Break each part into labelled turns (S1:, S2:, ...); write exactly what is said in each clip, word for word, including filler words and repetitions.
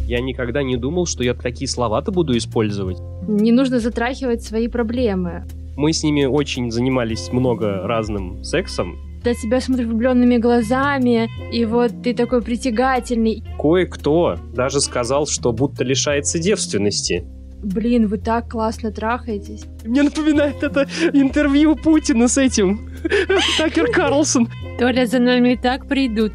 S1: Я никогда не думал, что я такие слова-то буду использовать.
S2: Не нужно затрахивать свои проблемы.
S1: Мы с ними очень занимались много разным сексом.
S2: На тебя смотрят влюбленными глазами, и вот ты такой притягательный.
S1: Кое-кто даже сказал, что будто лишается девственности.
S2: Блин, вы так классно трахаетесь.
S1: Мне напоминает это интервью Путина с этим. Такер Карлсон.
S2: Толя, за нами и так придут.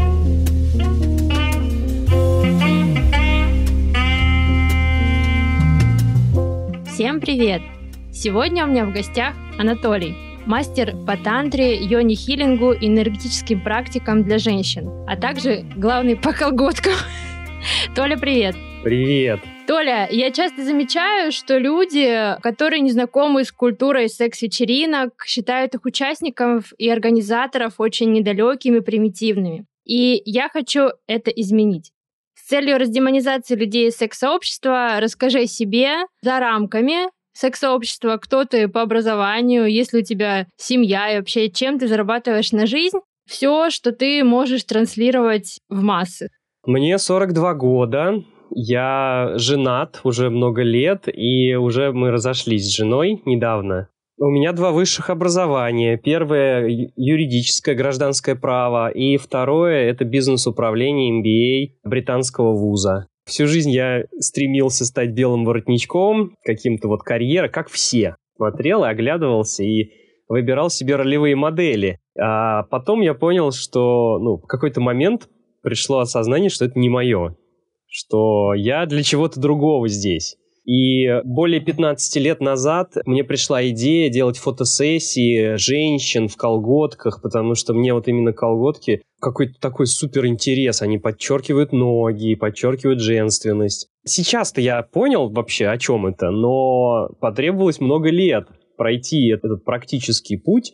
S2: Всем привет! Сегодня у меня в гостях Анатолий, мастер по тантре, йони-хиллингу и энергетическим практикам для женщин, а также главный по колготкам. Толя, привет!
S1: Привет!
S2: Толя, я часто замечаю, что люди, которые не знакомы с культурой секс-вечеринок, считают их участников и организаторов очень недалекими, примитивными. И я хочу это изменить. С целью раздемонизации людей из секс-сообщества расскажи о себе за рамками секс-сообщества, кто ты по образованию, есть ли у тебя семья и вообще чем ты зарабатываешь на жизнь. Все, что ты можешь транслировать в массы.
S1: Мне сорок два года. Я женат уже много лет, и уже мы разошлись с женой недавно. У меня два высших образования. Первое – юридическое гражданское право, и второе – это бизнес-управление эм би эй британского вуза. Всю жизнь я стремился стать белым воротничком, каким-то вот карьера, как все. Смотрел и оглядывался, и выбирал себе ролевые модели. А потом я понял, что ну, в какой-то момент пришло осознание, что это не мое. Что я для чего-то другого здесь. И более пятнадцати лет назад мне пришла идея делать фотосессии женщин в колготках, потому что мне вот именно колготки какой-то такой супер интерес. Они подчеркивают ноги, подчеркивают женственность. Сейчас-то я понял вообще, о чем это, но потребовалось много лет пройти этот практический путь,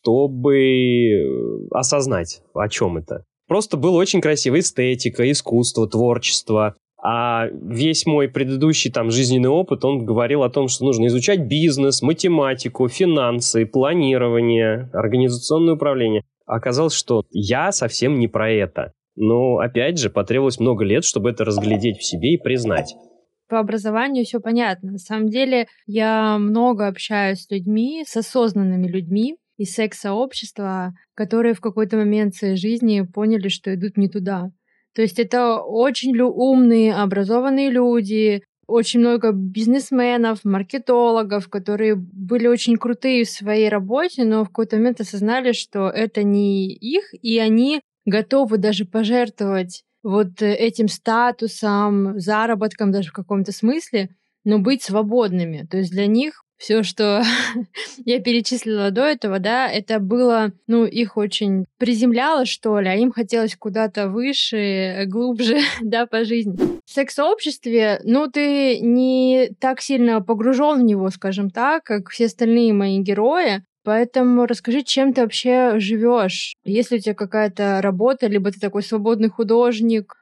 S1: чтобы осознать, о чем это. Просто было очень красиво. Эстетика, искусство, творчество. А весь мой предыдущий там жизненный опыт, он говорил о том, что нужно изучать бизнес, математику, финансы, планирование, организационное управление. Оказалось, что я совсем не про это. Но, опять же, потребовалось много лет, чтобы это разглядеть в себе и признать.
S2: По образованию все понятно. На самом деле я много общаюсь с людьми, с осознанными людьми из секс-сообщества, которые в какой-то момент своей жизни поняли, что идут не туда. То есть это очень умные, образованные люди, очень много бизнесменов, маркетологов, которые были очень крутые в своей работе, но в какой-то момент осознали, что это не их, и они готовы даже пожертвовать вот этим статусом, заработком даже в каком-то смысле, но быть свободными. То есть для них все, что я перечислила до этого, да, это было, ну, их очень приземляло, что ли, а им хотелось куда-то выше, глубже, да, по жизни. В секс-сообществе, ну, ты не так сильно погружен в него, скажем так, как все остальные мои герои, поэтому расскажи, чем ты вообще живешь? Есть ли у тебя какая-то работа, либо ты такой свободный художник?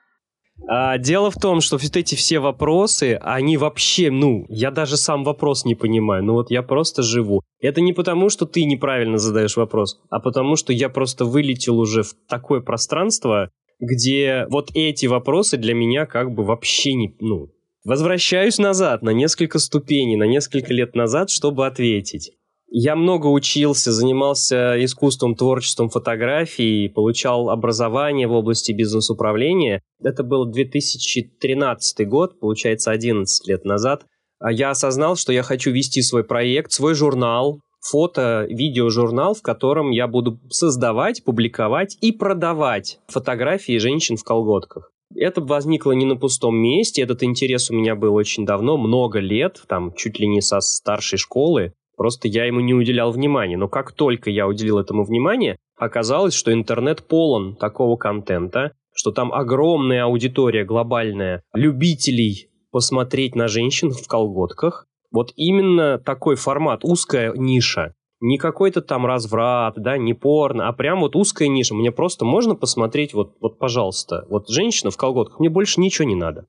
S1: А, дело в том, что вот эти все вопросы, они вообще, ну, я даже сам вопрос не понимаю, ну вот я просто живу. Это не потому, что ты неправильно задаешь вопрос, а потому, что я просто вылетел уже в такое пространство, где вот эти вопросы для меня как бы вообще не, ну... Возвращаюсь назад на несколько ступеней, на несколько лет назад, чтобы ответить. Я много учился, занимался искусством, творчеством, фотографией, получал образование в области бизнес-управления. Это был две тысячи тринадцатый год, получается, одиннадцать лет назад. Я осознал, что я хочу вести свой проект, свой журнал, фото-видеожурнал, в котором я буду создавать, публиковать и продавать фотографии женщин в колготках. Это возникло не на пустом месте, этот интерес у меня был очень давно, много лет, там чуть ли не со старшей школы. Просто я ему не уделял внимания. Но как только я уделил этому внимание, оказалось, что интернет полон такого контента, что там огромная аудитория глобальная любителей посмотреть на женщин в колготках. Вот именно такой формат, узкая ниша. Не какой-то там разврат, да, не порно, а прям вот узкая ниша. Мне просто можно посмотреть, вот, вот пожалуйста, вот женщина в колготках, мне больше ничего не надо.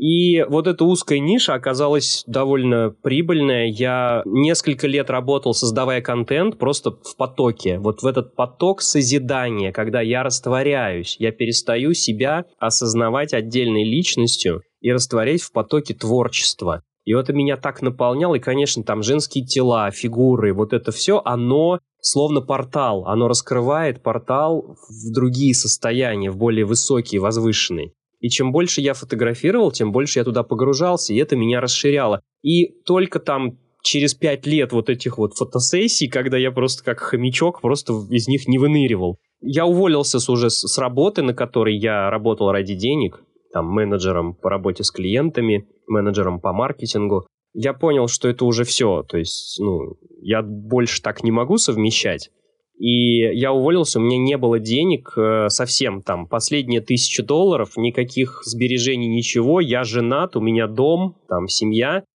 S1: И вот эта узкая ниша оказалась довольно прибыльная. Я несколько лет работал, создавая контент просто в потоке. Вот в этот поток созидания, когда я растворяюсь, я перестаю себя осознавать отдельной личностью и растворять в потоке творчества. И вот это меня так наполняло, и, конечно, там женские тела, фигуры, вот это все, оно словно портал, оно раскрывает портал в другие состояния, в более высокие, возвышенные. И чем больше я фотографировал, тем больше я туда погружался, и это меня расширяло. И только там через пять лет вот этих вот фотосессий, когда я просто как хомячок просто из них не выныривал. Я уволился с, уже с работы, на которой я работал ради денег, там, менеджером по работе с клиентами, менеджером по маркетингу. Я понял, что это уже все, то есть, ну, я больше так не могу совмещать. И я уволился, у меня не было денег э, совсем там, последние тысячи долларов, никаких сбережений, ничего, я женат, у меня дом, там, семья.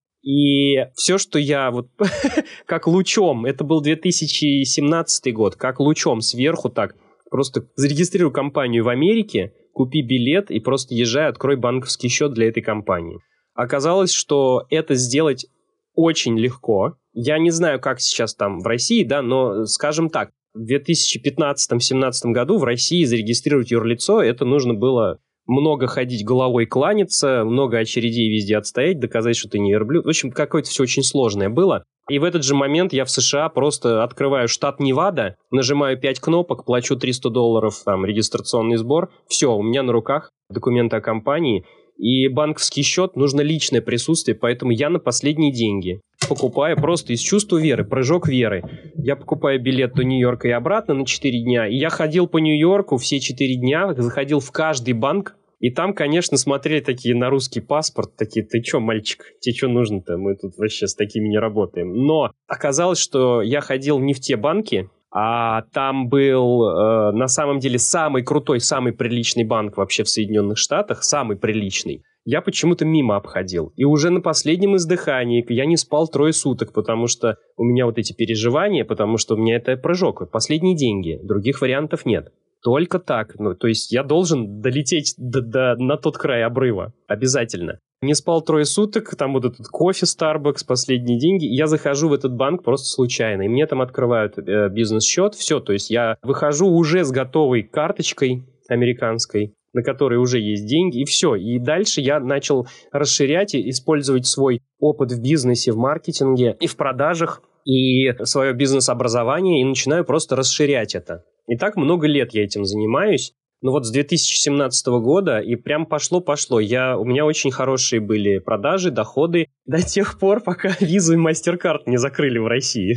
S1: И все, что я вот как лучом, это был две тысячи семнадцатый год, как лучом сверху так, просто зарегистрируй компанию в Америке, купи билет и просто езжай, открой банковский счет для этой компании. Оказалось, что это сделать очень легко. Я не знаю, как сейчас там в России, да, но, скажем так, в две тысячи пятнадцатом-семнадцатом году в России зарегистрировать юрлицо, это нужно было много ходить головой, кланяться, много очередей везде отстоять, доказать, что ты не верблюд. В общем, какое-то все очень сложное было. И в этот же момент я в США просто открываю штат Невада, нажимаю пять кнопок, плачу триста долларов, там, регистрационный сбор. Все, у меня на руках документы о компании. И банковский счет, нужно личное присутствие, поэтому я на последние деньги покупаю просто из чувства веры, прыжок веры. Я покупаю билет до Нью-Йорка и обратно на четыре дня. И я ходил по Нью-Йорку все четыре дня, заходил в каждый банк. И там, конечно, смотрели такие на русский паспорт, такие, ты чё, мальчик, тебе что нужно-то? Мы тут вообще с такими не работаем. Но оказалось, что я ходил не в те банки, а там был э, на самом деле самый крутой, самый приличный банк вообще в Соединенных Штатах, самый приличный. Я почему-то мимо обходил. И уже на последнем издыхании я не спал трое суток, потому что у меня вот эти переживания, потому что у меня это прыжок, последние деньги, других вариантов нет. Только так. Ну, то есть я должен долететь до, до, на тот край обрыва. Обязательно. Не спал трое суток, там вот этот кофе Starbucks, последние деньги. Я захожу в этот банк просто случайно. И мне там открывают э, бизнес-счет. Все, то есть я выхожу уже с готовой карточкой американской, на которой уже есть деньги, и все. И дальше я начал расширять и использовать свой опыт в бизнесе, в маркетинге и в продажах, и свое бизнес-образование, и начинаю просто расширять это. И так много лет я этим занимаюсь. Ну вот с две тысячи семнадцатого года и прям пошло-пошло. Я, у меня очень хорошие были продажи, доходы до тех пор, пока Visa и MasterCard не закрыли в России.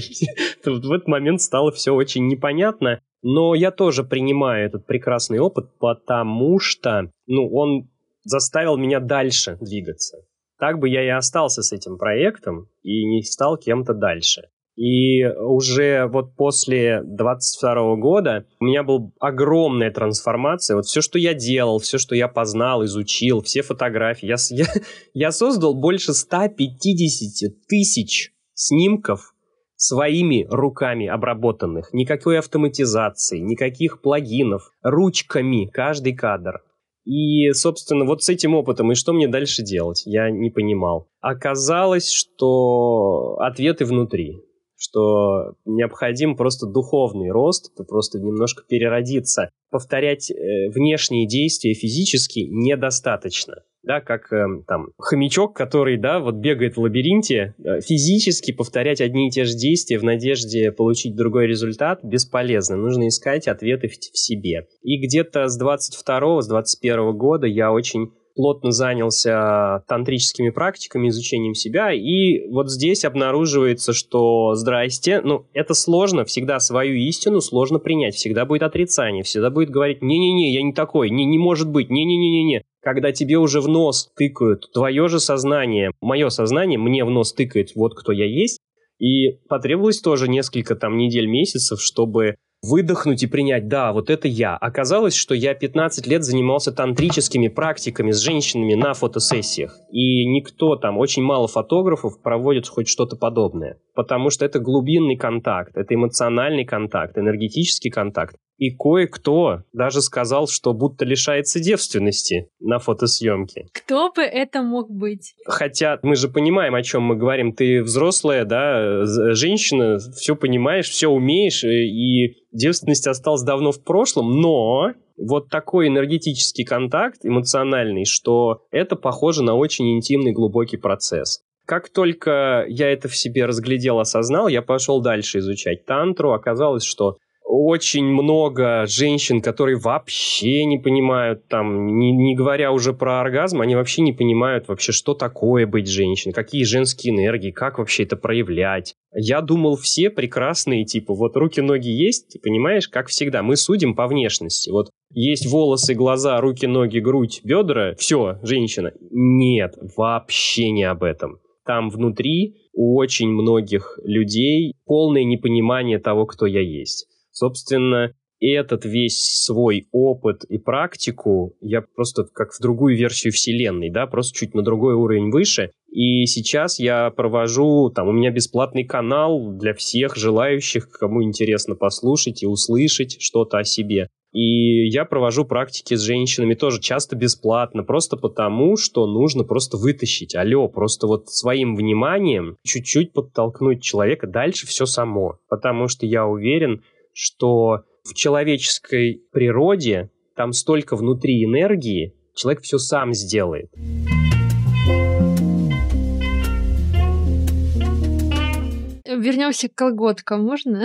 S1: В этот момент стало все очень непонятно. Но я тоже принимаю этот прекрасный опыт, потому что ну, он заставил меня дальше двигаться. Так бы я и остался с этим проектом и не стал кем-то дальше. И уже вот после двадцать второго года у меня была огромная трансформация. Вот все, что я делал, все, что я познал, изучил, все фотографии. Я, я, я создал больше ста пятидесяти тысяч снимков своими руками обработанных. Никакой автоматизации, никаких плагинов. Ручками каждый кадр. И, собственно, вот с этим опытом, и что мне дальше делать, я не понимал. Оказалось, что ответы внутри. Что необходим просто духовный рост, просто немножко переродиться. Повторять э, внешние действия физически недостаточно. Да, как э, там хомячок, который, да, вот бегает в лабиринте, э, физически повторять одни и те же действия в надежде получить другой результат бесполезно. Нужно искать ответы в, в себе. И где-то с двадцать второго, с двадцать первого года я очень плотно занялся тантрическими практиками, изучением себя, и вот здесь обнаруживается, что здрасте, ну, это сложно, всегда свою истину сложно принять, всегда будет отрицание, всегда будет говорить, не-не-не, я не такой, не, не может быть, не-не-не-не-не. Когда тебе уже в нос тыкают твое же сознание, мое сознание мне в нос тыкает, вот кто я есть, и потребовалось тоже несколько там недель, месяцев, чтобы выдохнуть и принять, да, вот это я. Оказалось, что я пятнадцать лет занимался тантрическими практиками с женщинами на фотосессиях. И никто там, очень мало фотографов проводит хоть что-то подобное. Потому что это глубинный контакт, это эмоциональный контакт, энергетический контакт. И кое-кто даже сказал, что будто лишается девственности на фотосъемке.
S2: Кто бы это мог быть?
S1: Хотя мы же понимаем, о чем мы говорим. Ты взрослая, да, женщина, все понимаешь, все умеешь, и девственность осталась давно в прошлом, но вот такой энергетический контакт, эмоциональный, что это похоже на очень интимный, глубокий процесс. Как только я это в себе разглядел, осознал, я пошел дальше изучать тантру. Оказалось, что очень много женщин, которые вообще не понимают, там, не, не говоря уже про оргазм, они вообще не понимают вообще, что такое быть женщиной, какие женские энергии, как вообще это проявлять. Я думал, все прекрасные, типа, вот руки-ноги есть, ты понимаешь, как всегда, мы судим по внешности. Вот есть волосы, глаза, руки, ноги, грудь, бедра, все, женщина. Нет, вообще не об этом. Там внутри у очень многих людей полное непонимание того, кто я есть. Собственно, этот весь свой опыт и практику я просто как в другую версию вселенной, да, просто чуть на другой уровень выше. И сейчас я провожу, там, у меня бесплатный канал для всех желающих, кому интересно послушать и услышать что-то о себе. И я провожу практики с женщинами тоже часто бесплатно, просто потому, что нужно просто вытащить, алло, просто вот своим вниманием чуть-чуть подтолкнуть человека, дальше все само. Потому что я уверен, что в человеческой природе там столько внутри энергии, человек все сам сделает.
S2: Вернемся к колготкам, можно?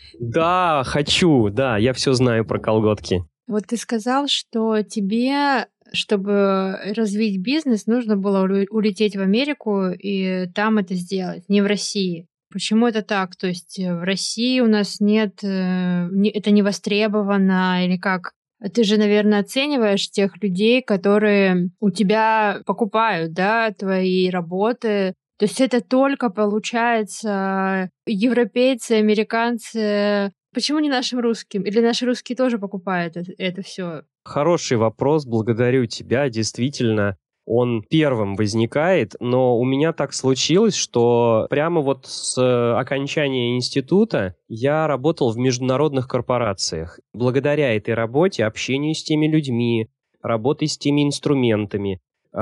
S1: Да, хочу, да, я все знаю про колготки.
S2: Вот ты сказал, что тебе, чтобы развить бизнес, нужно было улететь в Америку и там это сделать, не в России. Почему это так? То есть в России у нас нет, это не востребовано или как? Ты же, наверное, оцениваешь тех людей, которые у тебя покупают, да, твои работы. То есть это только, получается, европейцы, американцы. Почему не нашим русским? Или наши русские тоже покупают это, это все?
S1: Хороший вопрос, благодарю тебя, действительно. Он первым возникает, но у меня так случилось, что прямо вот с окончания института я работал в международных корпорациях. Благодаря этой работе, общению с теми людьми, работой с теми инструментами,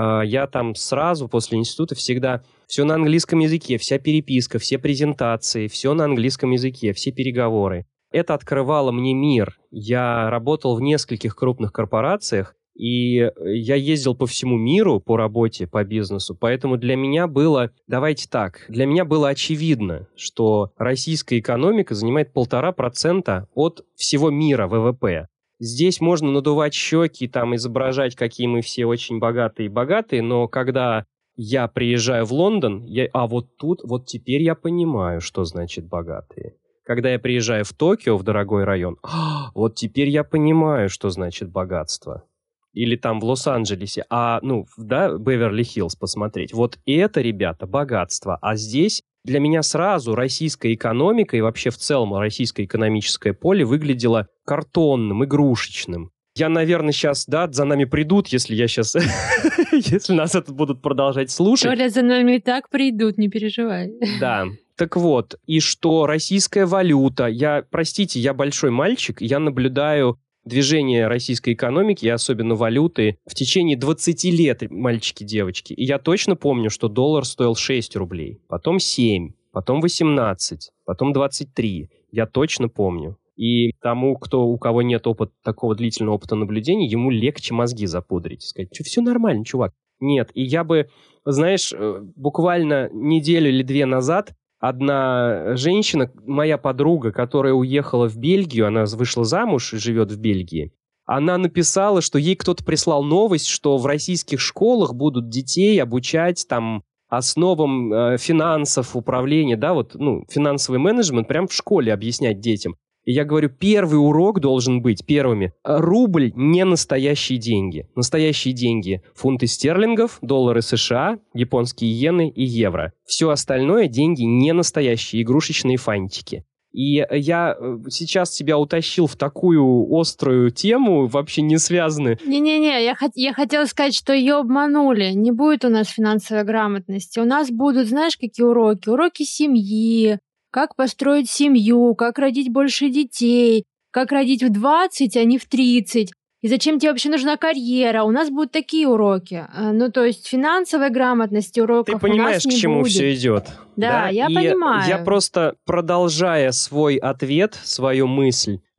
S1: я там сразу после института всегда все на английском языке, вся переписка, все презентации, все на английском языке, все переговоры. Это открывало мне мир. Я работал в нескольких крупных корпорациях, и я ездил по всему миру по работе, по бизнесу, поэтому для меня было, давайте так, для меня было очевидно, что российская экономика занимает полтора процента от всего мира вэ вэ пэ. Здесь можно надувать щеки, там изображать, какие мы все очень богатые и богатые, но когда я приезжаю в Лондон, я, а вот тут, вот теперь я понимаю, что значит богатые. Когда я приезжаю в Токио, в дорогой район, а, вот теперь я понимаю, что значит богатство. Или там в Лос-Анджелесе, а, ну, да, Беверли-Хиллз посмотреть. Вот это, ребята, богатство. А здесь для меня сразу российская экономика и вообще в целом российское экономическое поле выглядело картонным, игрушечным. Я, наверное, сейчас, да, за нами придут, если я сейчас, если нас это будут продолжать слушать.
S2: Толя, за нами и так придут, не переживай.
S1: Да. Так вот, и что российская валюта, я, простите, я большой мальчик, я наблюдаю движение российской экономики, и особенно валюты, в течение двадцати лет, мальчики-девочки. И я точно помню, что доллар стоил шесть рублей, потом семь, потом восемнадцать, потом двадцать три. Я точно помню. И тому, кто, у кого нет опыта, такого длительного опыта наблюдения, ему легче мозги запудрить. Сказать, что все нормально, чувак. Нет, и я бы, знаешь, буквально неделю или две назад одна женщина, моя подруга, которая уехала в Бельгию, она вышла замуж и живет в Бельгии, она написала, что ей кто-то прислал новость, что в российских школах будут детей обучать там основам э, финансов, управления, да, вот, ну, финансовый менеджмент прям в школе объяснять детям. И я говорю, первый урок должен быть первыми. Рубль не настоящие деньги. Настоящие деньги – фунты стерлингов, доллары США, японские иены и евро. Все остальное – деньги не настоящие, игрушечные фантики. И я сейчас тебя утащил в такую острую тему, вообще не связанную.
S2: Не-не-не, я, хот- я хотела сказать, что ее обманули. Не будет у нас финансовой грамотности. У нас будут, знаешь, какие уроки? Уроки семьи, как построить семью, как родить больше детей, как родить в двадцать, а не в тридцать. И зачем тебе вообще нужна карьера? У нас будут такие уроки. Ну, то есть финансовой грамотности уроков
S1: Ты понимаешь,
S2: у нас не
S1: к чему
S2: будет.
S1: все идет?
S2: Да,
S1: да?
S2: я
S1: И
S2: понимаю.
S1: Я просто, продолжая свой ответ, свою мысль,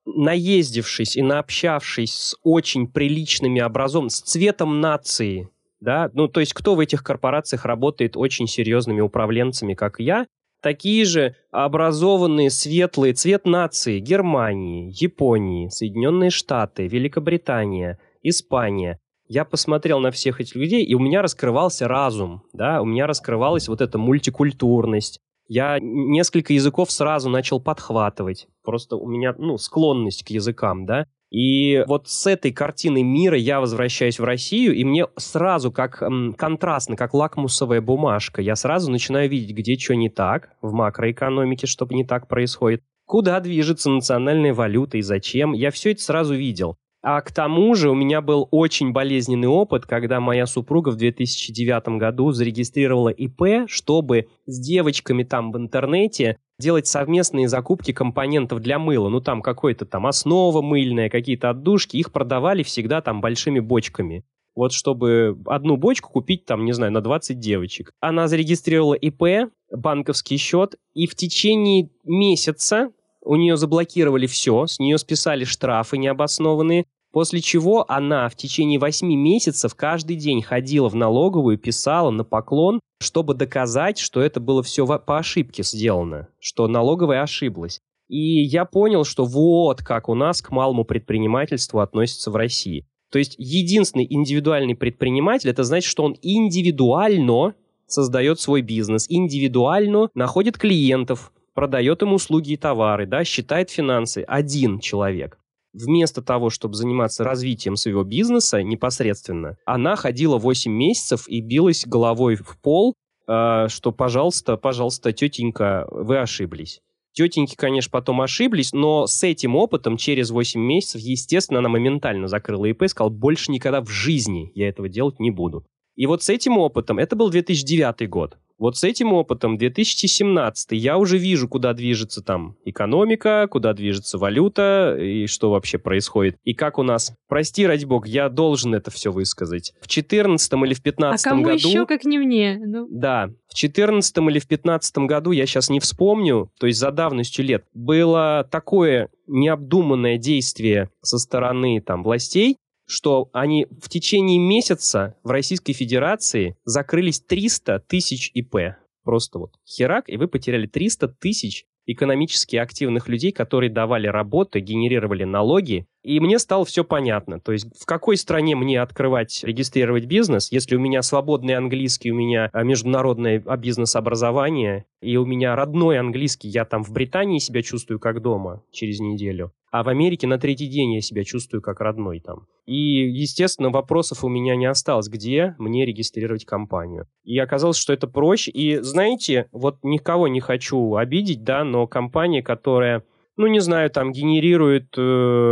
S1: наездившись и наобщавшись с очень приличными образованными, с цветом нации, да, ну, то есть кто в этих корпорациях работает очень серьезными управленцами, как я, такие же образованные, светлые, цвет нации Германии, Японии, Соединенные Штаты, Великобритания, Испания. Я посмотрел на всех этих людей, и у меня раскрывался разум, да, у меня раскрывалась вот эта мультикультурность. Я несколько языков сразу начал подхватывать. Просто у меня, ну, склонность к языкам, да. И вот с этой картиной мира я возвращаюсь в Россию, и мне сразу как м, контрастно, как лакмусовая бумажка, я сразу начинаю видеть, где что не так в макроэкономике, что не так происходит, куда движется национальная валюта и зачем. Я все это сразу видел. А к тому же у меня был очень болезненный опыт, когда моя супруга в две тысячи девятом году зарегистрировала ИП, чтобы с девочками там в интернете делать совместные закупки компонентов для мыла. Ну, там какой-то там основа мыльная, какие-то отдушки. Их продавали всегда там большими бочками. Вот чтобы одну бочку купить там, не знаю, на двадцать девочек. Она зарегистрировала ИП, банковский счет, и в течение месяца у нее заблокировали все, с нее списали штрафы необоснованные, после чего она в течение восьми месяцев каждый день ходила в налоговую, писала на поклон, чтобы доказать, что это было все по ошибке сделано, что налоговая ошиблась. И я понял, что вот как у нас к малому предпринимательству относятся в России. То есть единственный индивидуальный предприниматель, это значит, что он индивидуально создает свой бизнес, индивидуально находит клиентов, продает им услуги и товары, да, считает финансы. Один человек. Вместо того, чтобы заниматься развитием своего бизнеса непосредственно, она ходила восемь месяцев и билась головой в пол, э, что, пожалуйста, пожалуйста, тетенька, вы ошиблись. Тетеньки, конечно, потом ошиблись, но с этим опытом через восемь месяцев, естественно, она моментально закрыла ИП и сказала, больше никогда в жизни я этого делать не буду. И вот с этим опытом, это был две тысячи девятый год, вот с этим опытом две тысячи семнадцатый я уже вижу, куда движется там экономика, куда движется валюта и что вообще происходит. И как у нас, прости, ради бога, я должен это все высказать. В четырнадцатом или в пятнадцатом году...
S2: А кому еще, как не мне? Ну.
S1: Да, в четырнадцатом или в пятнадцатом году, я сейчас не вспомню, то есть за давностью лет, было такое необдуманное действие со стороны там властей, что они в течение месяца в Российской Федерации закрылись триста тысяч ИП. Просто вот херак, и вы потеряли триста тысяч экономически активных людей, которые давали работу, генерировали налоги. И мне стало все понятно. То есть в какой стране мне открывать, регистрировать бизнес, если у меня свободный английский, у меня международное бизнес-образование, и у меня родной английский, я там в Британии себя чувствую как дома через неделю, а в Америке на третий день я себя чувствую как родной там. И, естественно, вопросов у меня не осталось, где мне регистрировать компанию. И оказалось, что это проще. И, знаете, вот никого не хочу обидеть, да, но компания, которая, ну, не знаю, там генерирует э,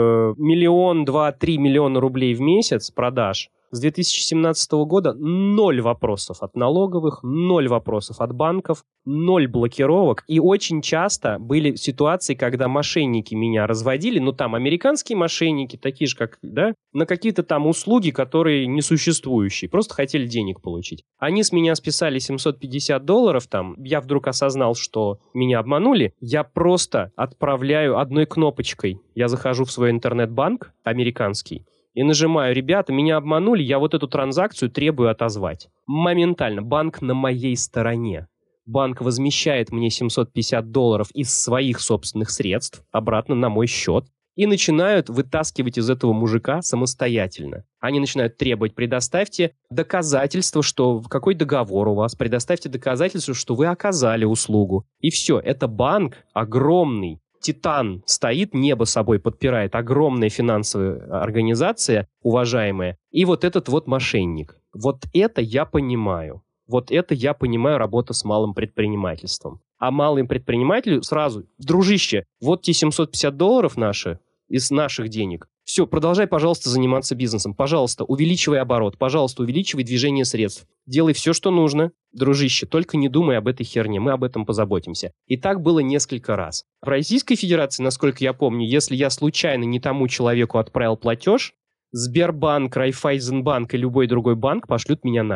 S1: миллион, два, три миллиона рублей в месяц продаж, с две тысячи семнадцатого года ноль вопросов от налоговых, ноль вопросов от банков, ноль блокировок. И очень часто были ситуации, когда мошенники меня разводили, ну там американские мошенники, такие же как, да, на какие-то там услуги, которые несуществующие, просто хотели денег получить. Они с меня списали семьсот пятьдесят долларов там, я вдруг осознал, что меня обманули, я просто отправляю одной кнопочкой, я захожу в свой интернет-банк американский, и нажимаю, ребята, меня обманули, я вот эту транзакцию требую отозвать. Моментально. Банк на моей стороне. Банк возмещает мне семьсот пятьдесят долларов из своих собственных средств обратно на мой счет и начинают вытаскивать из этого мужика самостоятельно. Они начинают требовать, предоставьте доказательства, что какой договор у вас, предоставьте доказательства, что вы оказали услугу. И все. Это банк огромный. Титан стоит, небо собой подпирает, огромная финансовая организация, уважаемая, и вот этот вот мошенник. Вот это я понимаю. Вот это я понимаю работа с малым предпринимательством. А малым предпринимателю сразу, дружище, вот те семьсот пятьдесят долларов наши, из наших денег. Все, продолжай, пожалуйста, заниматься бизнесом. Пожалуйста, увеличивай оборот. Пожалуйста, увеличивай движение средств. Делай все, что нужно, дружище. Только не думай об этой херне. Мы об этом позаботимся. И так было несколько раз. В Российской Федерации, насколько я помню, если я случайно не тому человеку отправил платеж, Сбербанк, Райффайзенбанк и любой другой банк пошлют меня нахер.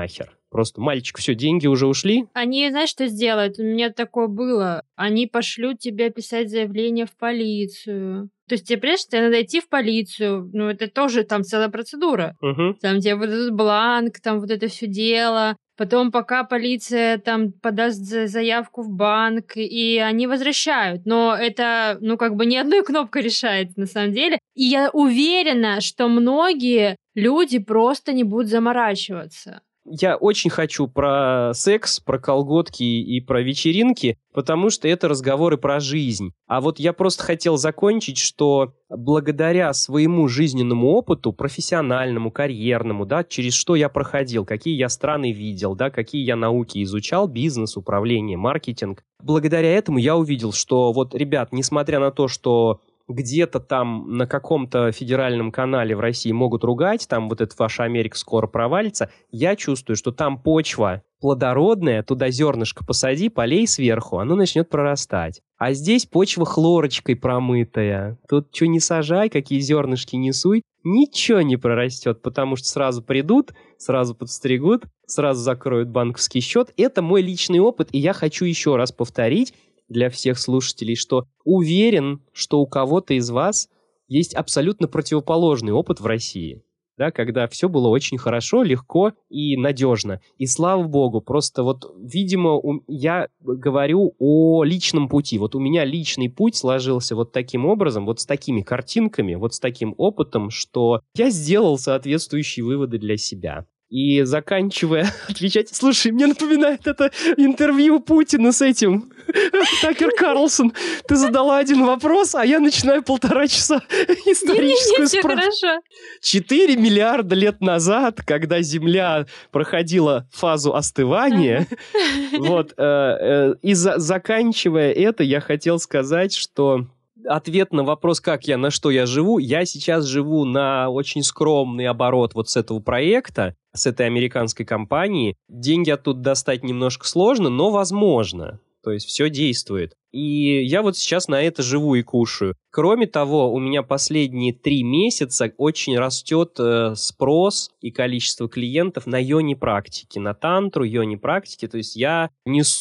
S1: Просто мальчик, все, деньги уже ушли.
S2: Они, знаешь, что сделают? У меня такое было. Они пошлют тебя писать заявление в полицию. То есть тебе, прежде тебе надо идти в полицию. Ну, это тоже там целая процедура.
S1: Угу.
S2: Там тебе вот этот бланк, там вот это все дело. Потом, пока полиция там подаст заявку в банк, и они возвращают. Но это, ну, как бы не одной кнопкой решается на самом деле. И я уверена, что многие люди просто не будут заморачиваться.
S1: Я очень хочу про секс, про колготки и про вечеринки, потому что это разговоры про жизнь. А вот я просто хотел закончить, что благодаря своему жизненному опыту, профессиональному, карьерному, да, через что я проходил, какие я страны видел, да, какие я науки изучал, бизнес, управление, маркетинг, благодаря этому я увидел, что вот, ребят, несмотря на то, что где-то там на каком-то федеральном канале в России могут ругать, там вот эта ваша Америка скоро провалится, я чувствую, что там почва плодородная, туда зернышко посади, полей сверху, оно начнет прорастать. А здесь почва хлорочкой промытая. Тут что не сажай, какие зернышки не суй, ничего не прорастет, потому что сразу придут, сразу подстригут, сразу закроют банковский счет. Это мой личный опыт, и я хочу еще раз повторить для всех слушателей, что уверен, что у кого-то из вас есть абсолютно противоположный опыт в России, да, когда все было очень хорошо, легко и надежно. И слава богу, просто вот, видимо, у, я говорю о личном пути. Вот у меня личный путь сложился вот таким образом, вот с такими картинками, вот с таким опытом, что я сделал соответствующие выводы для себя. И заканчивая отвечать... Слушай, мне напоминает это интервью Путина с этим. Такер Карлсон. Ты задала один вопрос, а я начинаю полтора часа историческую справку. Четыре миллиарда лет назад, когда Земля проходила фазу остывания, вот, и заканчивая это, я хотел сказать, что... Ответ на вопрос, как я, на что я живу, я сейчас живу на очень скромный оборот вот с этого проекта, с этой американской компании. Деньги оттуда достать немножко сложно, но возможно. То есть все действует. И я вот сейчас на это живу и кушаю. Кроме того, у меня последние три месяца очень растет э, спрос и количество клиентов на йони-практики, на тантру, йони-практики. То есть я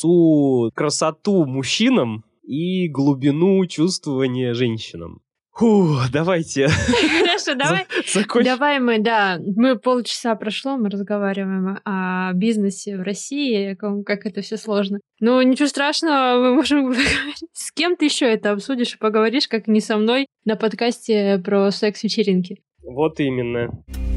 S1: несу красоту мужчинам и глубину чувствования женщинам. Фу, давайте.
S2: Хорошо, давай. Закончим. Давай мы, да, мы полчаса прошло, мы разговариваем о бизнесе в России, как это все сложно. Ну, ничего страшного, мы можем поговорить. С кем ты еще это обсудишь и поговоришь, как не со мной на подкасте про секс-вечеринки.
S1: Вот именно.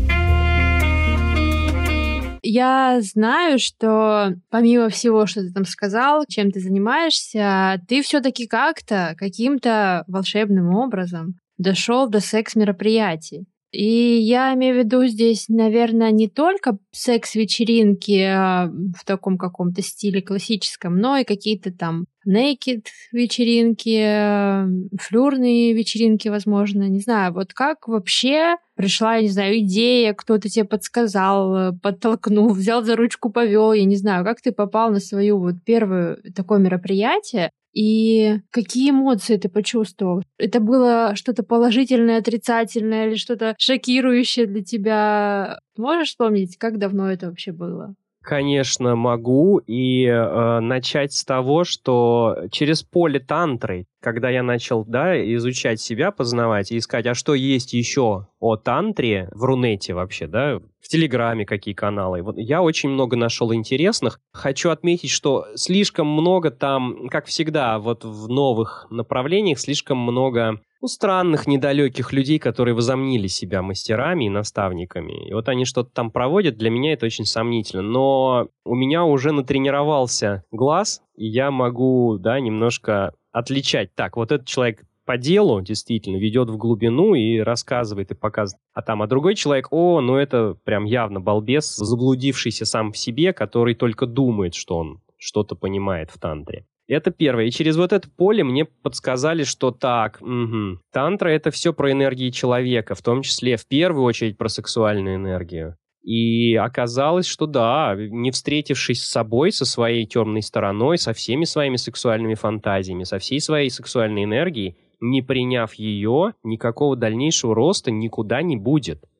S2: Я знаю, что помимо всего, что ты там сказал, чем ты занимаешься, ты все-таки как-то, каким-то волшебным образом дошел до секс-мероприятий. И я имею в виду здесь, наверное, не только секс-вечеринки в таком каком-то стиле классическом, но и какие-то там naked вечеринки, флюрные вечеринки, возможно, не знаю. Вот как вообще пришла, я не знаю, идея, кто-то тебе подсказал, подтолкнул, взял за ручку, повел, я не знаю, как ты попал на свою вот первое такое мероприятие, и какие эмоции ты почувствовал? Это было что-то положительное, отрицательное или что-то шокирующее для тебя? Можешь вспомнить, как давно это вообще было?
S1: Конечно, могу. И э, начать с того, что через поле тантры, когда я начал, да, изучать себя, познавать и искать, а что есть еще о тантре в Рунете вообще, да, в Телеграме какие каналы. Вот я очень много нашел интересных. Хочу отметить, что слишком много там, как всегда, вот в новых направлениях слишком много ну, странных, недалеких людей, которые возомнили себя мастерами и наставниками. И вот они что-то там проводят, для меня это очень сомнительно. Но у меня уже натренировался глаз, и я могу, да, немножко отличать. Так, вот этот человек по делу действительно ведет в глубину и рассказывает, и показывает. А там, а другой человек, о, ну это прям явно балбес, заблудившийся сам в себе, который только думает, что он что-то понимает в тантре. Это первое. И через вот это поле мне подсказали, что так, угу, тантра — это все про энергии человека, в том числе, в первую очередь, про сексуальную энергию. И оказалось, что да, не встретившись с собой, со своей темной стороной, со всеми своими сексуальными фантазиями, со всей своей сексуальной энергией, не приняв ее, никакого дальнейшего роста никуда не будет.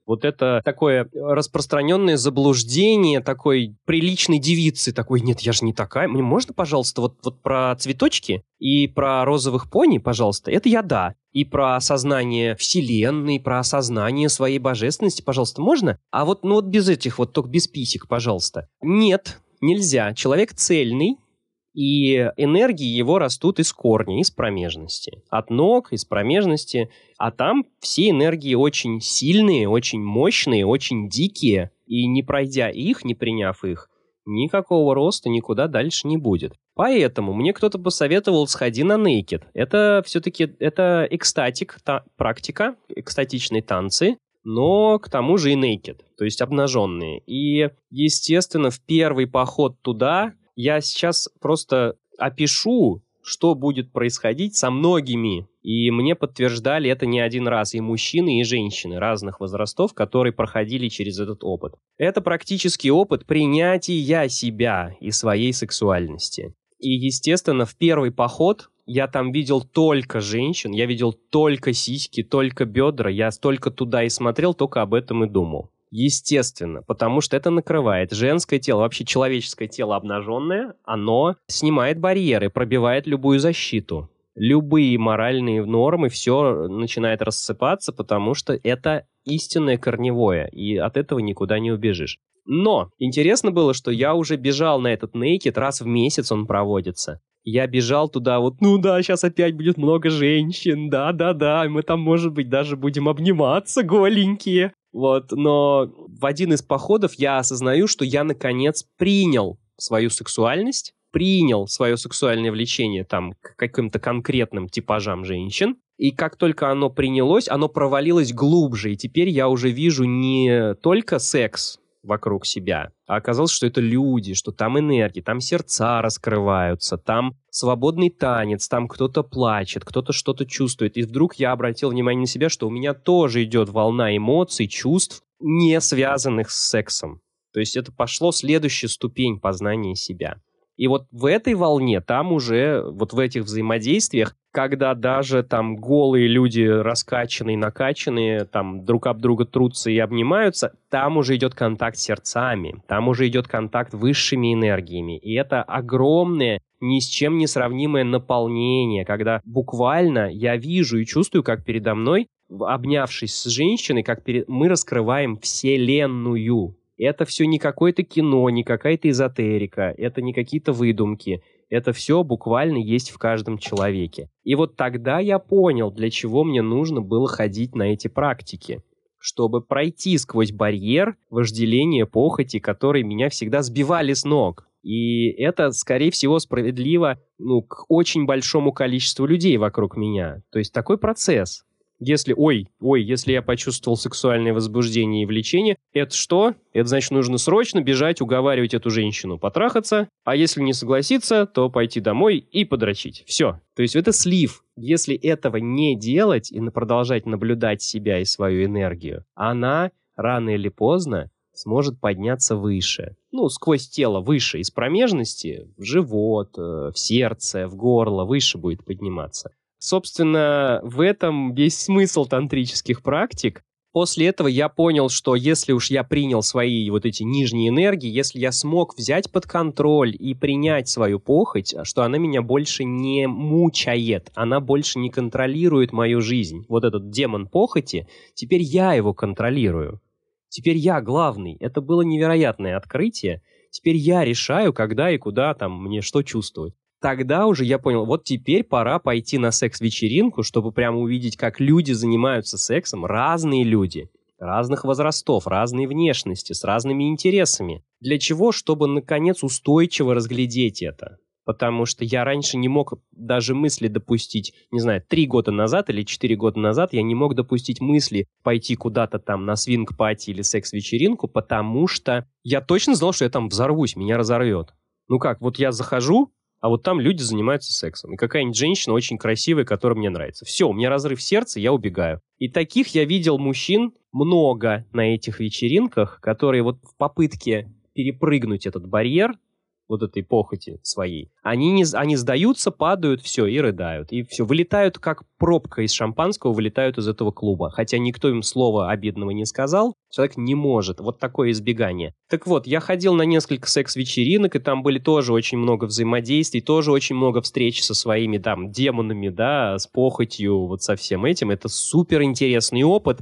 S1: Вот это такое распространенное заблуждение такой приличной девицы. Такой, нет, я же не такая. Мне можно, пожалуйста, вот, вот про цветочки и про розовых пони, пожалуйста? Это я да. И про осознание вселенной, про осознание своей божественности, пожалуйста, можно? А вот, ну вот без этих вот, только без писек, пожалуйста. Нет, нельзя. Человек цельный. И энергии его растут из корня, из промежности. От ног, из промежности. А там все энергии очень сильные, очень мощные, очень дикие. И не пройдя их, не приняв их, никакого роста никуда дальше не будет. Поэтому мне кто-то посоветовал, сходи на Naked. Это все-таки это экстатик, та, практика, экстатичные танцы. Но к тому же и naked, то есть обнаженные. И, естественно, в первый поход туда я сейчас просто опишу, что будет происходить со многими. И мне подтверждали это не один раз и мужчины, и женщины разных возрастов, которые проходили через этот опыт. Это практически опыт принятия себя и своей сексуальности. И, естественно, в первый поход я там видел только женщин, я видел только сиськи, только бедра, я столько туда и смотрел, только об этом и думал. Естественно, потому что это накрывает женское тело, вообще человеческое тело обнаженное, оно снимает барьеры, пробивает любую защиту. Любые моральные нормы, все начинает рассыпаться, потому что это истинное корневое, и от этого никуда не убежишь. Но интересно было, что я уже бежал на этот Naked, раз в месяц он проводится. Я бежал туда, вот, ну да, сейчас опять будет много женщин, да-да-да, мы там, может быть, даже будем обниматься голенькие. Вот, но в один из походов я осознаю, что я, наконец, принял свою сексуальность, принял свое сексуальное влечение там к каким-то конкретным типажам женщин, и как только оно принялось, оно провалилось глубже, и теперь я уже вижу не только секс вокруг себя, а оказалось, что это люди, что там энергии, там сердца раскрываются, там свободный танец, там кто-то плачет, кто-то что-то чувствует. И вдруг я обратил внимание на себя, что у меня тоже идет волна эмоций, чувств, не связанных с сексом. То есть это пошло следующая ступень познания себя. И вот в этой волне, там уже, вот в этих взаимодействиях, когда даже там голые люди, раскачанные, накачанные, там друг об друга трутся и обнимаются, там уже идет контакт с сердцами, там уже идет контакт высшими энергиями. И это огромное, ни с чем не сравнимое наполнение, когда буквально я вижу и чувствую, как передо мной, обнявшись с женщиной, как перед... мы раскрываем вселенную. Это все не какое-то кино, не какая-то эзотерика, это не какие-то выдумки. Это все буквально есть в каждом человеке. И вот тогда я понял, для чего мне нужно было ходить на эти практики. Чтобы пройти сквозь барьер вожделения, похоти, которые меня всегда сбивали с ног. И это, скорее всего, справедливо, ну, к очень большому количеству людей вокруг меня. То есть такой процесс. Если, ой, ой, если я почувствовал сексуальное возбуждение и влечение, это что? Это значит, нужно срочно бежать, уговаривать эту женщину потрахаться, а если не согласиться, то пойти домой и подрочить. Все. То есть это слив. Если этого не делать и продолжать наблюдать себя и свою энергию, она рано или поздно сможет подняться выше. Ну, сквозь тело выше, из промежности в живот, в сердце, в горло, выше будет подниматься. Собственно, в этом весь смысл тантрических практик. После этого я понял, что если уж я принял свои вот эти нижние энергии, если я смог взять под контроль и принять свою похоть, что она меня больше не мучает, она больше не контролирует мою жизнь. Вот этот демон похоти, теперь я его контролирую. Теперь я главный. Это было невероятное открытие. Теперь я решаю, когда и куда там мне что чувствовать. Тогда уже я понял, вот теперь пора пойти на секс-вечеринку, чтобы прямо увидеть, как люди занимаются сексом, разные люди, разных возрастов, разной внешности, с разными интересами. Для чего? Чтобы, наконец, устойчиво разглядеть это. Потому что я раньше не мог даже мысли допустить, не знаю, три года назад или четыре года назад я не мог допустить мысли пойти куда-то там на свинг-пати или секс-вечеринку, потому что я точно знал, что я там взорвусь, меня разорвет. Ну как, вот я захожу, а вот там люди занимаются сексом. И какая-нибудь женщина очень красивая, которая мне нравится. Все, у меня разрыв сердца, я убегаю. И таких я видел мужчин много на этих вечеринках, которые вот в попытке перепрыгнуть этот барьер, вот этой похоти своей, они, не, они сдаются, падают, все, и рыдают. И все, вылетают, как пробка из шампанского, вылетают из этого клуба. Хотя никто им слова обидного не сказал, человек не может. Вот такое избегание. Так вот, я ходил на несколько секс-вечеринок, и там были тоже очень много взаимодействий, тоже очень много встреч со своими там демонами, да, с похотью, вот со всем этим. Это супер интересный опыт,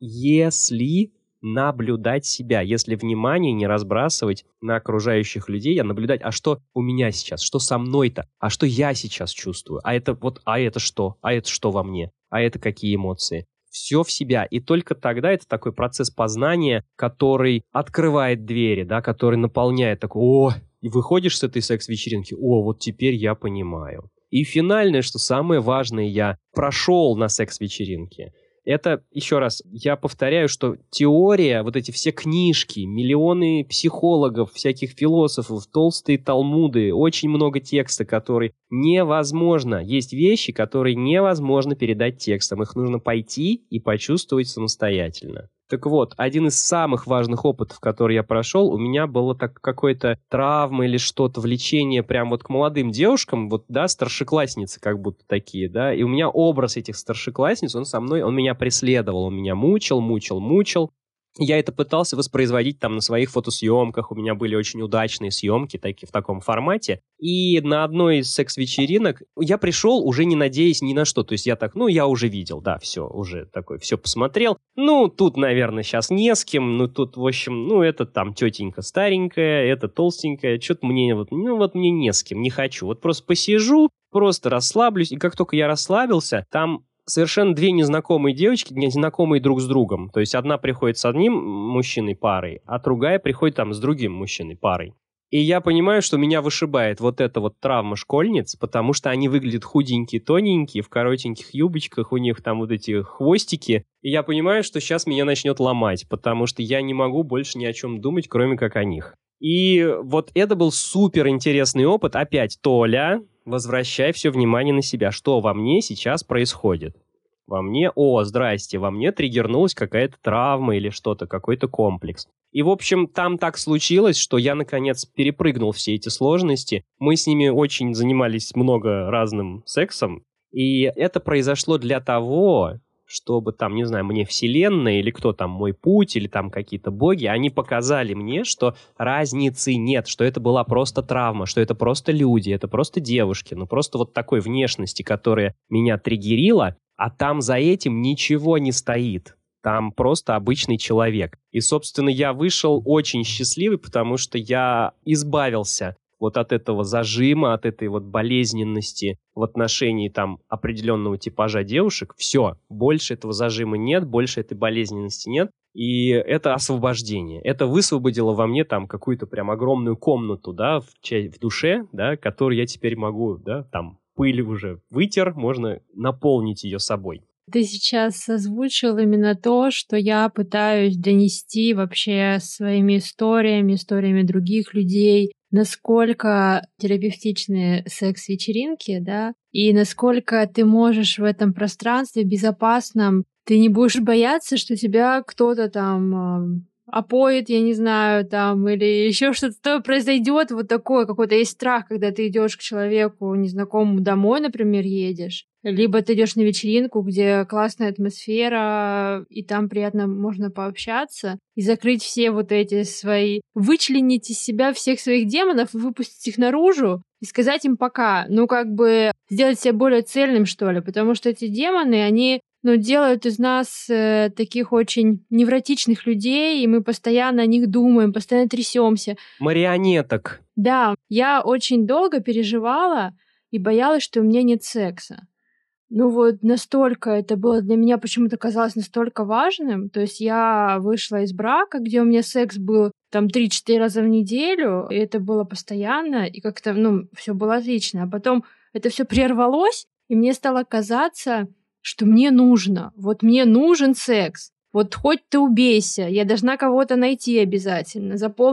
S1: если наблюдать себя, если внимание не разбрасывать на окружающих людей, а наблюдать, а что у меня сейчас, что со мной-то, а что я сейчас чувствую, а это вот, а это что, а это что во мне, а это какие эмоции. Все в себя. И только тогда это такой процесс познания, который открывает двери, да, который наполняет такой, о, и выходишь с этой секс-вечеринки, о, вот теперь я понимаю. И финальное, что самое важное, я прошел на секс-вечеринке. Это, еще раз, я повторяю, что теория, вот эти все книжки, миллионы психологов, всяких философов, толстые талмуды, очень много текста, который невозможно. Есть вещи, которые невозможно передать текстом. Их нужно пойти и почувствовать самостоятельно. Так вот, один из самых важных опытов, который я прошел, у меня было так какой-то травма или что-то, влечение прям вот к молодым девушкам, вот, да, старшеклассницы как будто такие, да, и у меня образ этих старшеклассниц, он со мной, он меня преследовал, он меня мучил, мучил, мучил. Я это пытался воспроизводить там на своих фотосъемках, у меня были очень удачные съемки таки, в таком формате. И на одной из секс-вечеринок я пришел, уже не надеясь ни на что. То есть я так, ну, я уже видел, да, все, уже такой, все посмотрел. Ну, тут, наверное, сейчас не с кем, ну, тут, в общем, ну, это там тетенька старенькая, это толстенькая, что-то мне вот, ну, вот мне не с кем, не хочу. Вот просто посижу, просто расслаблюсь, и как только я расслабился, там совершенно две незнакомые девочки, незнакомые друг с другом. То есть одна приходит с одним мужчиной парой, а другая приходит там с другим мужчиной парой. И я понимаю, что меня вышибает вот эта вот травма школьниц, потому что они выглядят худенькие, тоненькие, в коротеньких юбочках, у них там вот эти хвостики. И я понимаю, что сейчас меня начнет ломать, потому что я не могу больше ни о чем думать, кроме как о них. И вот это был супер интересный опыт. Опять, Толя, возвращай все внимание на себя. Что во мне сейчас происходит? Во мне, о, здрасте, во мне триггернулась какая-то травма или что-то, какой-то комплекс. И, в общем, там так случилось, что я, наконец, перепрыгнул все эти сложности. Мы с ними очень занимались много разным сексом. И это произошло для того, чтобы там, не знаю, мне Вселенная или кто там, мой путь, или там какие-то боги, они показали мне, что разницы нет, что это была просто травма, что это просто люди, это просто девушки, ну просто вот такой внешности, которая меня триггерила, а там за этим ничего не стоит. Там просто обычный человек. И, собственно, я вышел очень счастливый, потому что я избавился вот от этого зажима, от этой вот болезненности в отношении там определенного типажа девушек. Все, больше этого зажима нет, больше этой болезненности нет. И это освобождение. Это высвободило во мне там какую-то прям огромную комнату, да, в, в душе, да, которую я теперь могу, да, там пыль уже вытер, можно наполнить ее собой.
S2: Ты сейчас озвучил именно то, что я пытаюсь донести вообще своими историями, историями других людей, насколько терапевтичны секс-вечеринки, да, и насколько ты можешь в этом пространстве безопасном, ты не будешь бояться, что тебя кто-то там опоит, я не знаю, там, или еще что-то произойдет, вот такое, какой-то есть страх, когда ты идешь к человеку незнакомому домой, например, едешь, либо ты идешь на вечеринку, где классная атмосфера, и там приятно можно пообщаться, и закрыть все вот эти свои, вычленить из себя всех своих демонов и выпустить их наружу, и сказать им пока, ну, как бы сделать себя более цельным, что ли, потому что эти демоны, они ну, делают из нас э, таких очень невротичных людей, и мы постоянно о них думаем, постоянно трясемся.
S1: Марионеток.
S2: Да, я очень долго переживала и боялась, что у меня нет секса. Ну вот настолько это было для меня почему-то казалось настолько важным. То есть я вышла из брака, где у меня секс был там три-четыре раза в неделю, и это было постоянно, и как-то, ну, все было отлично. А потом это все прервалось, и мне стало казаться, что мне нужно, вот мне нужен секс. Вот хоть ты убейся, я должна кого-то найти обязательно, заполнить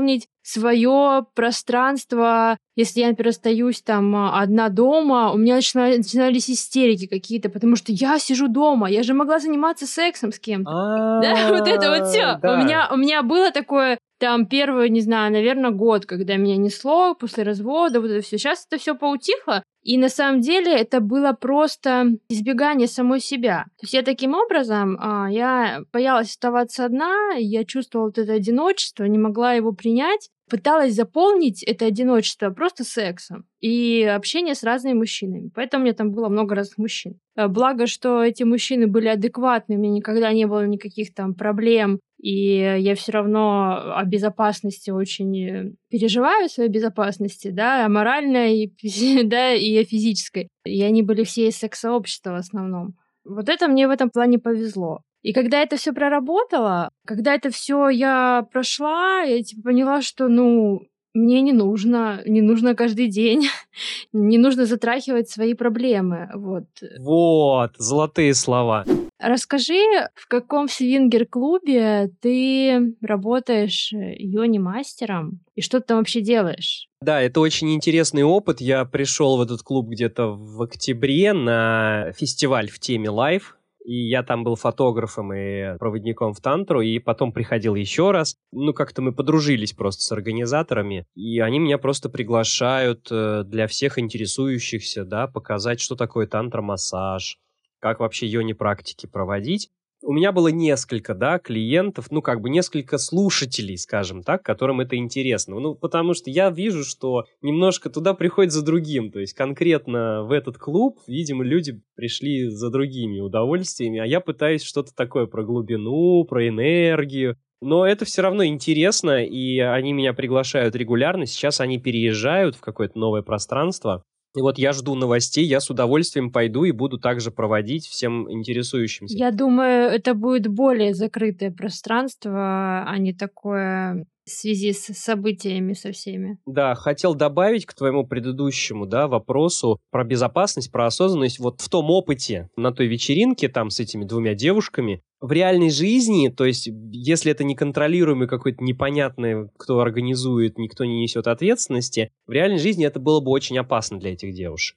S2: свое пространство. Если я, например, остаюсь там одна дома, у меня начинали- начинались истерики какие-то, потому что я сижу дома, я же могла заниматься сексом с кем-то. Да, вот это вот все. У
S1: Да.
S2: меня, у меня было такое, там, первый, не знаю, наверное, год, когда меня несло после развода, вот это все. Сейчас это все поутихло, и на самом деле это было просто избегание самой себя. То есть я таким образом, а, я боялась оставаться одна, я чувствовала вот это одиночество, не могла его принять, пыталась заполнить это одиночество просто сексом и общение с разными мужчинами. Поэтому у меня там было много разных мужчин. Э, Благо, что эти мужчины были адекватны, у меня никогда не было никаких там проблем, и я все равно о безопасности очень э, переживаю, о своей безопасности, да, о моральной, и, физи- да, и о физической. И они были все из секс-сообщества в основном. Вот это мне в этом плане повезло. И когда это все проработало, когда это все я прошла, я типа поняла, что, ну, мне не нужно, не нужно каждый день, не нужно затрахивать свои проблемы, вот.
S1: Вот, золотые слова.
S2: Расскажи, в каком свингер-клубе ты работаешь э, йони-мастером и что ты там вообще делаешь?
S1: Да, это очень интересный опыт. Я пришел в этот клуб где-то в октябре на фестиваль в теме Live. И я там был фотографом и проводником в тантру, и потом приходил еще раз. Ну, как-то мы подружились просто с организаторами, и они меня просто приглашают э, для всех интересующихся, да, показать, что такое тантра-массаж, как вообще йони-практики проводить. У меня было несколько, да, клиентов, ну, как бы несколько слушателей, скажем так, которым это интересно. Ну, потому что я вижу, что немножко туда приходят за другим. То есть конкретно в этот клуб, видимо, люди пришли за другими удовольствиями, а я пытаюсь что-то такое про глубину, про энергию. Но это все равно интересно, и они меня приглашают регулярно. Сейчас они переезжают в какое-то новое пространство. И вот я жду новостей, я с удовольствием пойду и буду также проводить всем интересующимся.
S2: Я думаю, это будет более закрытое пространство, а не такое в связи с событиями со всеми.
S1: Да, хотел добавить к твоему предыдущему, да, вопросу про безопасность, про осознанность. Вот в том опыте на той вечеринке там с этими двумя девушками, в реальной жизни, то есть если это неконтролируемый какой-то непонятный, кто организует, никто не несет ответственности, в реальной жизни это было бы очень опасно для этих девушек.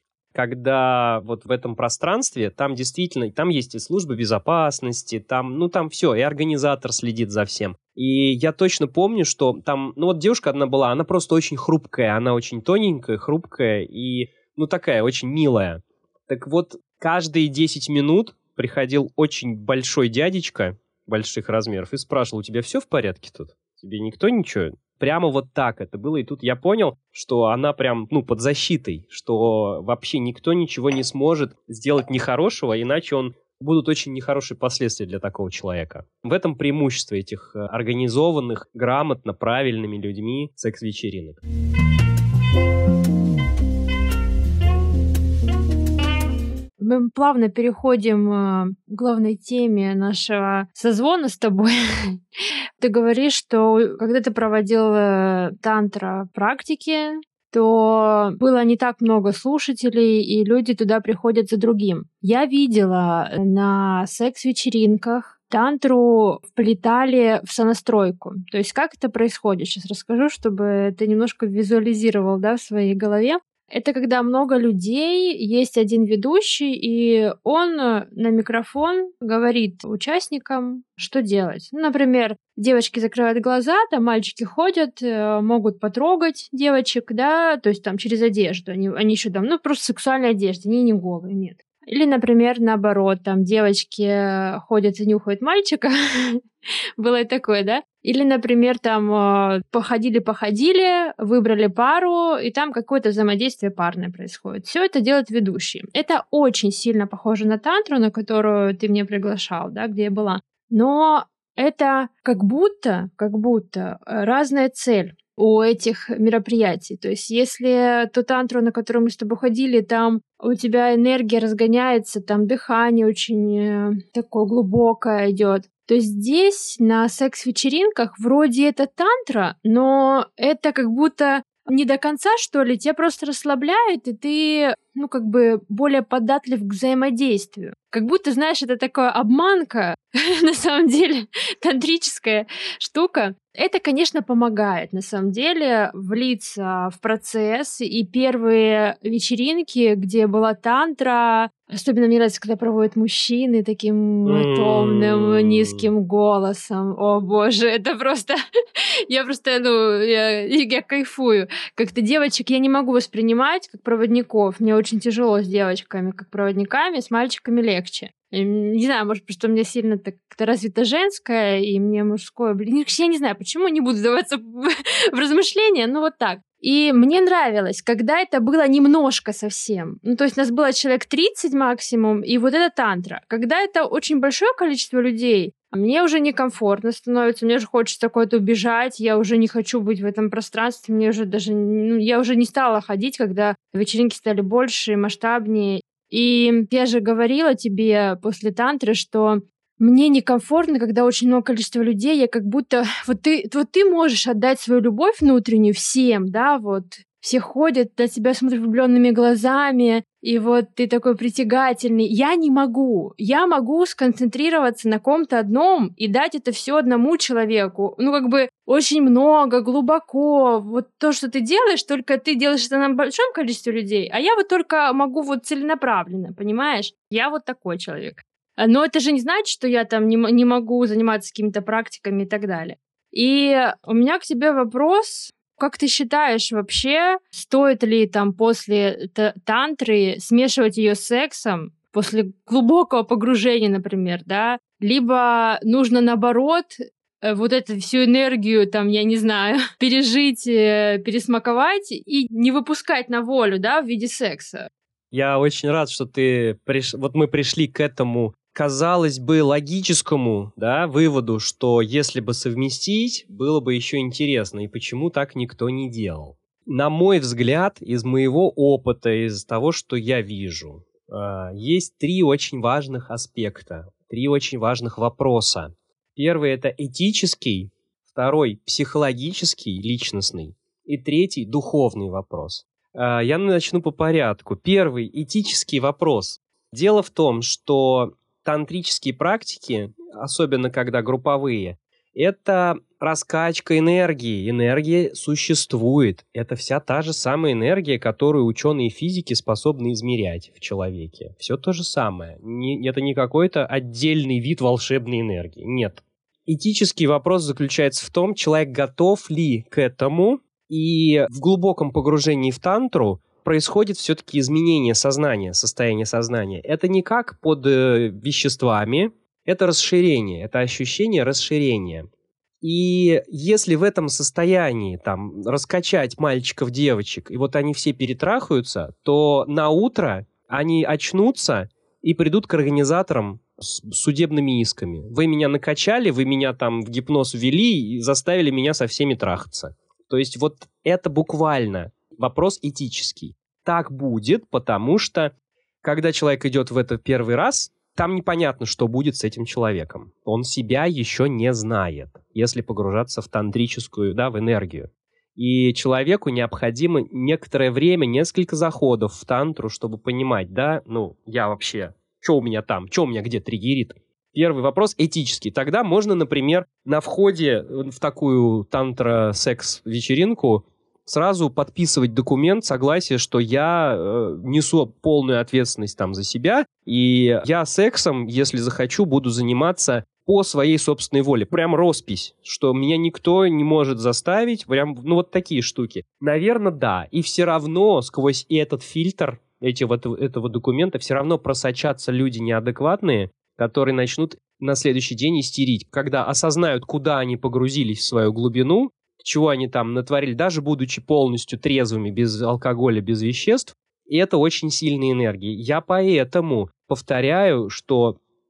S1: Когда вот в этом пространстве, там действительно, там есть и служба безопасности, там, ну там все, и организатор следит за всем. И я точно помню, что там, ну вот девушка одна была, она просто очень хрупкая, она очень тоненькая, хрупкая и, ну такая, очень милая. Так вот, каждые десять минут приходил очень большой дядечка больших размеров и спрашивал: у тебя все в порядке тут? Тебе никто ничего? Прямо вот так это было, и тут я понял, что она прям, ну, под защитой, что вообще никто ничего не сможет сделать нехорошего, иначе он будут очень нехорошие последствия для такого человека. В этом преимущество этих э, организованных, грамотно, правильными людьми секс-вечеринок.
S2: Мы плавно переходим э, к главной теме нашего созвона с тобой. Ты говоришь, что когда ты проводил э, тантра-практики, то было не так много слушателей, и люди туда приходят за другим. Я видела на секс-вечеринках тантру вплетали в сонастройку. То есть как это происходит? Сейчас расскажу, чтобы ты немножко визуализировал, да, в своей голове. Это когда много людей, есть один ведущий, и он на микрофон говорит участникам, что делать. Ну, например, девочки закрывают глаза, там мальчики ходят, э, могут потрогать девочек, да, то есть там через одежду. Они, они еще там, ну, просто в сексуальной одежде, они не голые, нет. Или, например, наоборот, там девочки ходят и нюхают мальчика. Было и такое, да? Или, например, там походили-походили, выбрали пару, и там какое-то взаимодействие парное происходит. Все это делает ведущий. Это очень сильно похоже на тантру, на которую ты меня приглашал, да, где я была. Но это как будто, как будто разная цель у этих мероприятий. То есть если ту тантру, на которую мы с тобой ходили, там у тебя энергия разгоняется, там дыхание очень э, такое глубокое идет, то здесь на секс-вечеринках вроде это тантра, но это как будто не до конца, что ли, тебя просто расслабляет, и ты, ну, как бы более податлив к взаимодействию. Как будто, знаешь, это такая обманка, на самом деле, тантрическая штука. Это, конечно, помогает, на самом деле, влиться в процесс. И первые вечеринки, где была тантра, особенно мне нравится, когда проводят мужчины таким томным, низким голосом. О, боже, это просто... Я просто, ну, я, я кайфую. Как-то девочек я не могу воспринимать как проводников. Мне очень тяжело с девочками как проводниками, с мальчиками легче. Не знаю, может, потому что у меня сильно так как-то развито женское, и мне мужское... Блин, я не знаю, почему, не буду даваться в размышления, но вот так. И мне нравилось, когда это было немножко совсем. Ну, то есть нас было человек тридцать максимум, и вот это тантра. Когда это очень большое количество людей, мне уже некомфортно становится, мне уже хочется куда-то убежать, я уже не хочу быть в этом пространстве, мне уже даже... Ну, я уже не стала ходить, когда вечеринки стали больше, масштабнее. И я же говорила тебе после тантры, что мне некомфортно, когда очень много количества людей, я как будто... Вот ты, вот ты можешь отдать свою любовь внутреннюю всем, да, вот все ходят, на тебя смотрят влюбленными глазами, и вот ты такой притягательный. Я не могу. Я могу сконцентрироваться на ком-то одном и дать это все одному человеку. Ну, как бы очень много, глубоко. Вот то, что ты делаешь, только ты делаешь это на большом количестве людей, а я вот только могу вот целенаправленно, понимаешь? Я вот такой человек. Но это же не значит, что я там не, не могу заниматься какими-то практиками и так далее. И у меня к тебе вопрос... Как ты считаешь вообще, стоит ли там после тантры смешивать ее с сексом, после глубокого погружения, например, да? Либо нужно, наоборот, вот эту всю энергию, там, я не знаю, пережить, пересмаковать и не выпускать на волю, да, в виде секса?
S1: Я очень рад, что ты... Приш... Вот мы пришли к этому... казалось бы, логическому, да, выводу, что если бы совместить, было бы еще интересно, и почему так никто не делал. На мой взгляд, из моего опыта, из того, что я вижу, есть три очень важных аспекта, три очень важных вопроса. Первый – это этический, второй – психологический, личностный, и третий – духовный вопрос. Я начну по порядку. Первый – этический вопрос. Дело в том, что тантрические практики, особенно когда групповые, это раскачка энергии. Энергия существует. Это вся та же самая энергия, которую ученые физики способны измерять в человеке. Все то же самое. Не, это не какой-то отдельный вид волшебной энергии. Нет. Этический вопрос заключается в том, человек готов ли к этому, и в глубоком погружении в тантру происходит все-таки изменение сознания, состояние сознания. Это не как под э, веществами, это расширение, это ощущение расширения. И если в этом состоянии там раскачать мальчиков, девочек, и вот они все перетрахаются, то на утро они очнутся и придут к организаторам с судебными исками. Вы меня накачали, вы меня там в гипноз ввели и заставили меня со всеми трахаться. То есть вот это буквально вопрос этический. Так будет, потому что, когда человек идет в это первый раз, там непонятно, что будет с этим человеком. Он себя еще не знает, если погружаться в тантрическую, да, в энергию. И человеку необходимо некоторое время, несколько заходов в тантру, чтобы понимать, да, ну, я вообще, что у меня там, что у меня где триггерит. Первый вопрос этический. Тогда можно, например, на входе в такую тантра-секс-вечеринку сразу подписывать документ, согласие, что я э, несу полную ответственность там за себя, и я сексом, если захочу, буду заниматься по своей собственной воле. Прям роспись, что меня никто не может заставить, прям, ну, вот такие штуки. Наверное, да. И все равно сквозь этот фильтр этого, этого документа все равно просочатся люди неадекватные, которые начнут на следующий день истерить, когда осознают, куда они погрузились в свою глубину, чего они там натворили, даже будучи полностью трезвыми, без алкоголя, без веществ. И это очень сильные энергии. Я поэтому повторяю, что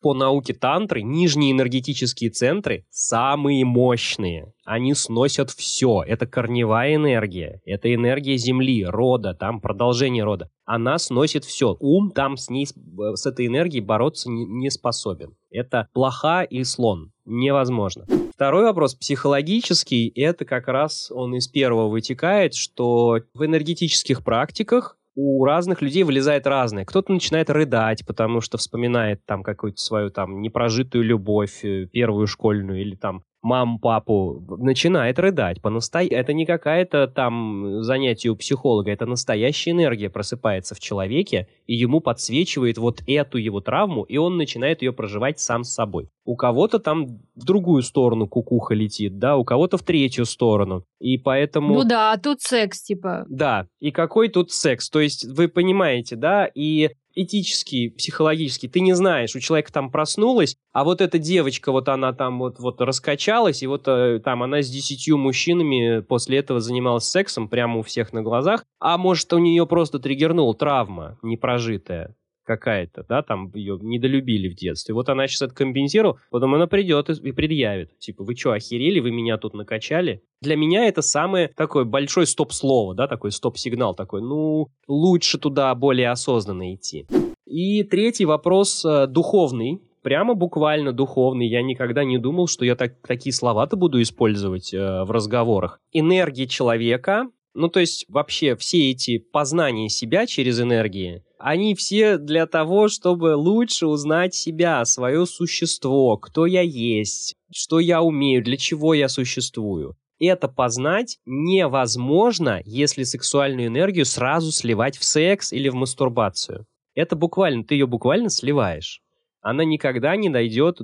S1: по науке тантры нижние энергетические центры самые мощные. Они сносят все. Это корневая энергия, это энергия Земли, рода, там продолжение рода. Она сносит все. Ум там с ней, с этой энергией бороться не, не способен. Это блоха и слон. Невозможно. Второй вопрос психологический. Это как раз он из первого вытекает, что в энергетических практиках у разных людей вылезает разное. Кто-то начинает рыдать, потому что вспоминает там какую-то свою там непрожитую любовь, первую школьную, или там маму, папу, начинает рыдать. По-насто... Это не какая-то там занятие у психолога, это настоящая энергия просыпается в человеке, и ему подсвечивает вот эту его травму, и он начинает ее проживать сам с собой. У кого-то там в другую сторону кукуха летит, да, у кого-то в третью сторону. И поэтому...
S2: Ну да, а тут секс, типа.
S1: Да, и какой тут секс? То есть вы понимаете, да, и этический, психологический, ты не знаешь, у человека там проснулась, а вот эта девочка, вот она там вот, вот раскачалась, и вот э, там она с десятью мужчинами после этого занималась сексом прямо у всех на глазах, а может у нее просто триггернула травма непрожитая какая-то, да, там ее недолюбили в детстве. Вот она сейчас это компенсировала, потом она придет и, и предъявит. Типа, вы что, охерели, вы меня тут накачали? Для меня это самое такое большое стоп-слово, да, такой стоп-сигнал такой, ну, лучше туда более осознанно идти. И третий вопрос э, духовный, прямо буквально духовный. Я никогда не думал, что я так, такие слова-то буду использовать э, в разговорах. Энергия человека, ну, то есть вообще все эти познания себя через энергии, они все для того, чтобы лучше узнать себя, свое существо, кто я есть, что я умею, для чего я существую. Это познать невозможно, если сексуальную энергию сразу сливать в секс или в мастурбацию. Это буквально, ты ее буквально сливаешь. Она никогда не дойдет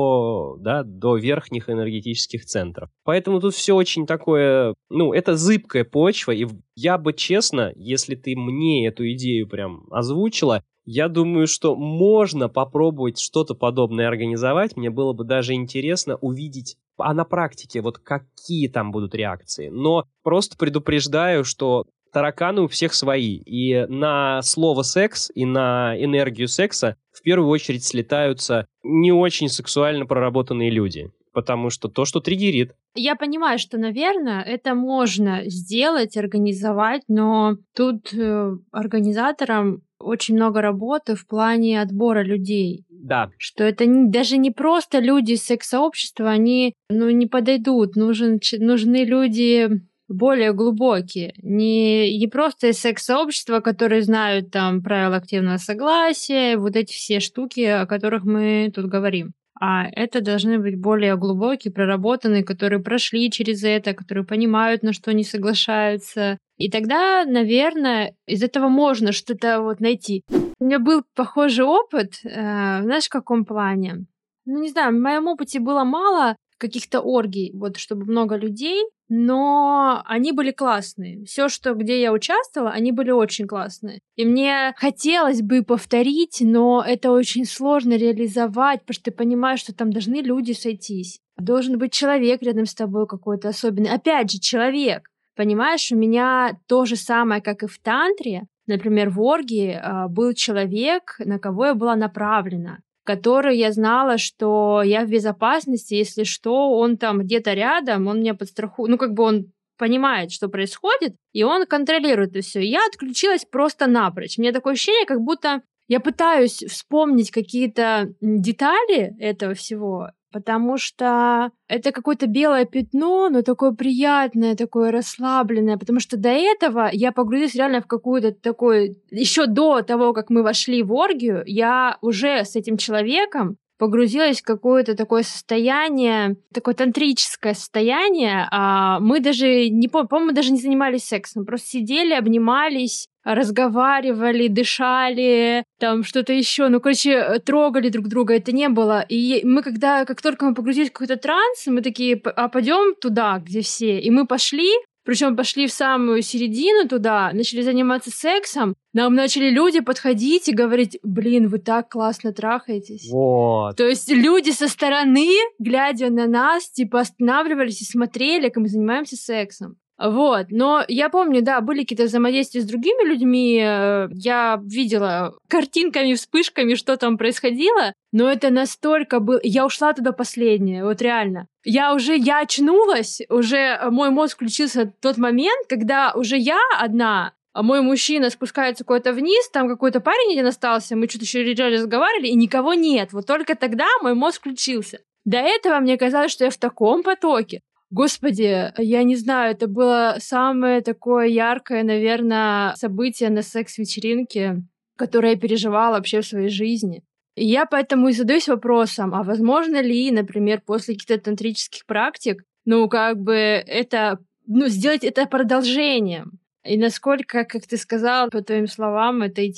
S1: до, да, до верхних энергетических центров. Поэтому тут все очень такое, ну, это зыбкая почва, и я бы, честно, если ты мне эту идею прям озвучила, я думаю, что можно попробовать что-то подобное организовать. Мне было бы даже интересно увидеть, а на практике, вот какие там будут реакции. Но просто предупреждаю, что тараканы у всех свои. И на слово «секс» и на энергию секса в первую очередь слетаются не очень сексуально проработанные люди. Потому что то, что триггерит.
S2: Я понимаю, что, наверное, это можно сделать, организовать, но тут э, организаторам очень много работы в плане отбора людей.
S1: Да.
S2: Что это не, даже не просто люди из секс-сообщества, они ну, не подойдут. Нужен, нужны люди более глубокие. Не, не просто из секс-сообщества, которые знают там правила активного согласия, вот эти все штуки, о которых мы тут говорим. А это должны быть более глубокие, проработанные, которые прошли через это, которые понимают, на что они соглашаются. И тогда, наверное, из этого можно что-то вот найти. У меня был похожий опыт, э, знаешь, в каком плане? Ну, не знаю, в моем опыте было мало каких-то оргий, вот, чтобы много людей, но они были классные. Все, что где я участвовала, они были очень классные. И мне хотелось бы повторить, но это очень сложно реализовать, потому что ты понимаешь, что там должны люди сойтись. Должен быть человек рядом с тобой какой-то особенный. Опять же, человек. Понимаешь, у меня то же самое, как и в тантре. Например, в оргии был человек, на кого я была направлена, который я знала, что я в безопасности, если что, он там где-то рядом, он меня подстрахует, ну, как бы он понимает, что происходит, и он контролирует это все. Я отключилась просто напрочь. У меня такое ощущение, как будто я пытаюсь вспомнить какие-то детали этого всего, потому что это какое-то белое пятно, но такое приятное, такое расслабленное, потому что до этого я погрузилась реально в какую-то такую... Еще до того, как мы вошли в оргию, я уже с этим человеком погрузилась в какое-то такое состояние, такое тантрическое состояние. А мы даже, не помню, по-моему, мы даже не занимались сексом, просто сидели, обнимались, разговаривали, дышали, там что-то еще, ну, короче, трогали друг друга, это не было. И мы когда, как только мы погрузились в какой-то транс, мы такие, а пойдем туда, где все. И мы пошли, причем пошли в самую середину туда, начали заниматься сексом, нам начали люди подходить и говорить, блин, вы так классно трахаетесь.
S1: Вот.
S2: То есть люди со стороны, глядя на нас, типа останавливались и смотрели, как мы занимаемся сексом. Вот, но я помню, да, были какие-то взаимодействия с другими людьми, я видела картинками, вспышками, что там происходило, но это настолько было... Я ушла туда последняя, вот реально. Я уже, я очнулась, уже мой мозг включился в тот момент, когда уже я одна, а мой мужчина спускается куда-то вниз, там какой-то парень один остался, мы что-то еще разговаривали, и никого нет. Вот только тогда мой мозг включился. До этого мне казалось, что я в таком потоке. Господи, я не знаю, это было самое такое яркое, наверное, событие на секс-вечеринке, которое я переживала вообще в своей жизни. И я поэтому и задаюсь вопросом, а возможно ли, например, после каких-то тантрических практик, ну, как бы это, ну, сделать это продолжением? И насколько, как ты сказал, по твоим словам, это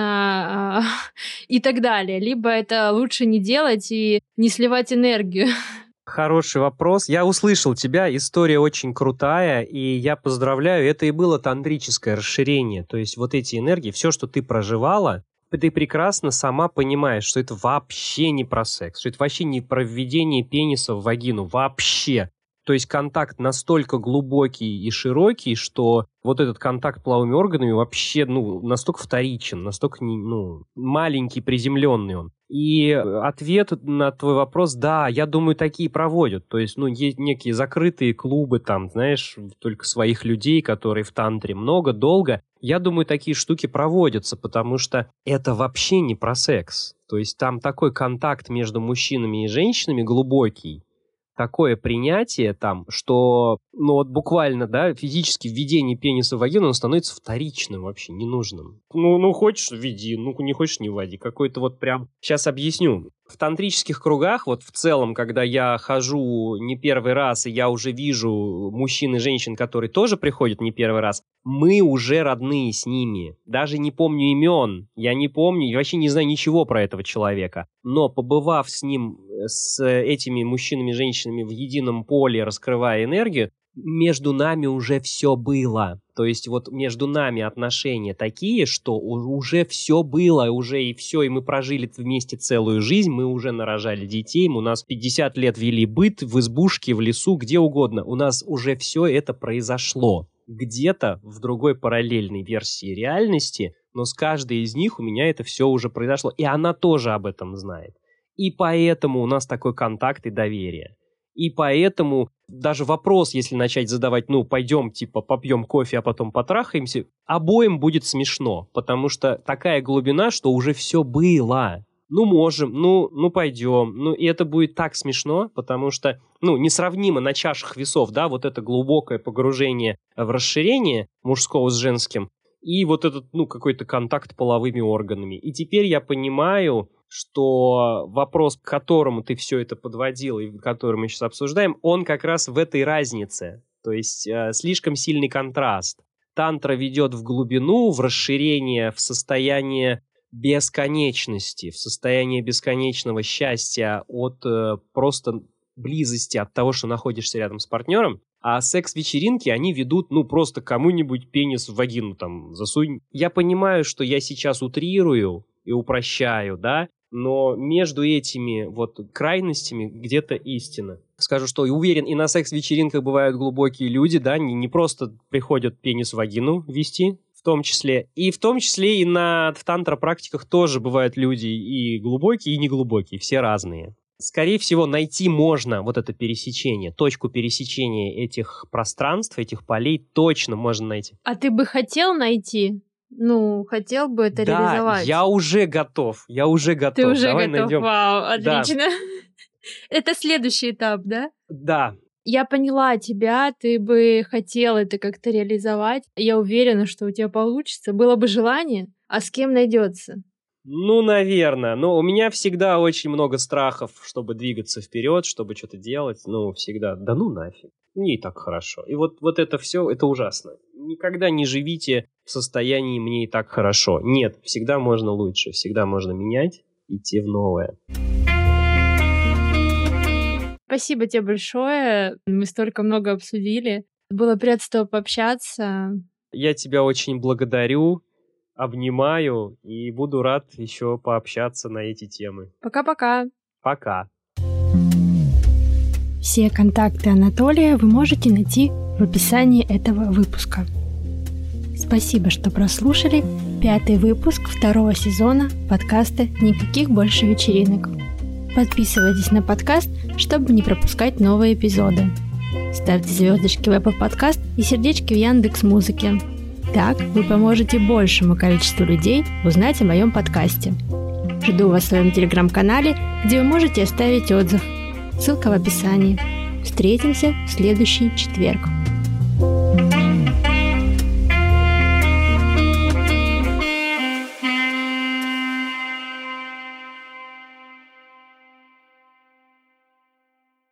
S2: этично и так далее. Либо это лучше не делать и не сливать энергию.
S1: Хороший вопрос. Я услышал тебя, история очень крутая, и я поздравляю, это и было тантрическое расширение. То есть вот эти энергии, все, что ты проживала, ты прекрасно сама понимаешь, что это вообще не про секс, что это вообще не про введение пениса в вагину, вообще. То есть контакт настолько глубокий и широкий, что вот этот контакт половыми органами вообще, ну, настолько вторичен, настолько, ну, маленький, приземленный он. И ответ на твой вопрос, да, я думаю, такие проводят. То есть, ну, есть некие закрытые клубы, там, знаешь, только своих людей, которые в тантре много, долго. Я думаю, такие штуки проводятся, потому что это вообще не про секс. То есть там такой контакт между мужчинами и женщинами глубокий, такое принятие там, что, ну вот буквально, да, физически введение пениса в вагину, он становится вторичным вообще, ненужным. Ну, ну хочешь — введи, ну не хочешь — не вводи. Какой-то вот прям... Сейчас объясню. В тантрических кругах, вот в целом, когда я хожу не первый раз, и я уже вижу мужчин и женщин, которые тоже приходят не первый раз, мы уже родные с ними. Даже не помню имен, я не помню, я вообще не знаю ничего про этого человека. Но побывав с ним, с этими мужчинами и женщинами в едином поле, раскрывая энергию, между нами уже все было. То есть вот между нами отношения такие, что уже все было, уже и все, и мы прожили вместе целую жизнь, мы уже нарожали детей, у нас пятьдесят лет вели быт в избушке, в лесу, где угодно. У нас уже все это произошло. Где-то в другой параллельной версии реальности, но с каждой из них у меня это все уже произошло. И она тоже об этом знает. И поэтому у нас такой контакт и доверие. И поэтому даже вопрос, если начать задавать, ну, пойдем, типа, попьем кофе, а потом потрахаемся, обоим будет смешно, потому что такая глубина, что уже все было. Ну, можем, ну, ну, пойдем. Ну, и это будет так смешно, потому что, ну, несравнимо на чашах весов, да, вот это глубокое погружение в расширение мужского с женским и вот этот, ну, какой-то контакт половыми органами. И теперь я понимаю, что вопрос, к которому ты все это подводил и который мы сейчас обсуждаем, он как раз в этой разнице. То есть э, слишком сильный контраст. Тантра ведет в глубину, в расширение, в состояние бесконечности, в состояние бесконечного счастья от э, просто близости, от того, что находишься рядом с партнером. А секс-вечеринки, они ведут, ну, просто кому-нибудь пенис в вагину там засунь. Я понимаю, что я сейчас утрирую и упрощаю, да, но между этими вот крайностями где-то истина. Скажу, что и уверен, и на секс-вечеринках бывают глубокие люди, да, не, не просто приходят пенис в вагину вести, в том числе. И в том числе и на в тантра-практиках тоже бывают люди и глубокие, и неглубокие, все разные. Скорее всего, найти можно вот это пересечение, точку пересечения этих пространств, этих полей точно можно найти.
S2: А ты бы хотел найти? Ну, хотел бы это
S1: да,
S2: реализовать?
S1: Да, я уже готов, я уже готов.
S2: Ты уже
S1: Давай
S2: готов,
S1: найдем.
S2: Вау, отлично. Да. Это следующий этап, да?
S1: Да.
S2: Я поняла тебя, ты бы хотел это как-то реализовать. Я уверена, что у тебя получится. Было бы желание, а с кем найдется?
S1: Ну, наверное. Но у меня всегда очень много страхов, чтобы двигаться вперед, чтобы что-то делать. Ну, всегда. Да ну нафиг. Мне и так хорошо. И вот, вот это все, это ужасно. Никогда не живите в состоянии «мне и так хорошо». Нет, всегда можно лучше, всегда можно менять, идти в новое.
S2: Спасибо тебе большое. Мы столько много обсудили. Было приятно с тобой пообщаться.
S1: Я тебя очень благодарю, обнимаю и буду рад еще пообщаться на эти темы.
S2: Пока-пока.
S1: Пока.
S2: Все контакты Анатолия вы можете найти в описании этого выпуска. Спасибо, что прослушали пятый выпуск второго сезона подкаста «Никаких больше вечеринок». Подписывайтесь на подкаст, чтобы не пропускать новые эпизоды. Ставьте звездочки в Apple Podcast и сердечки в Яндекс.Музыке. Так вы поможете большему количеству людей узнать о моем подкасте. Жду вас в своем телеграм-канале, где вы можете оставить отзыв. Ссылка в описании. Встретимся в следующий четверг.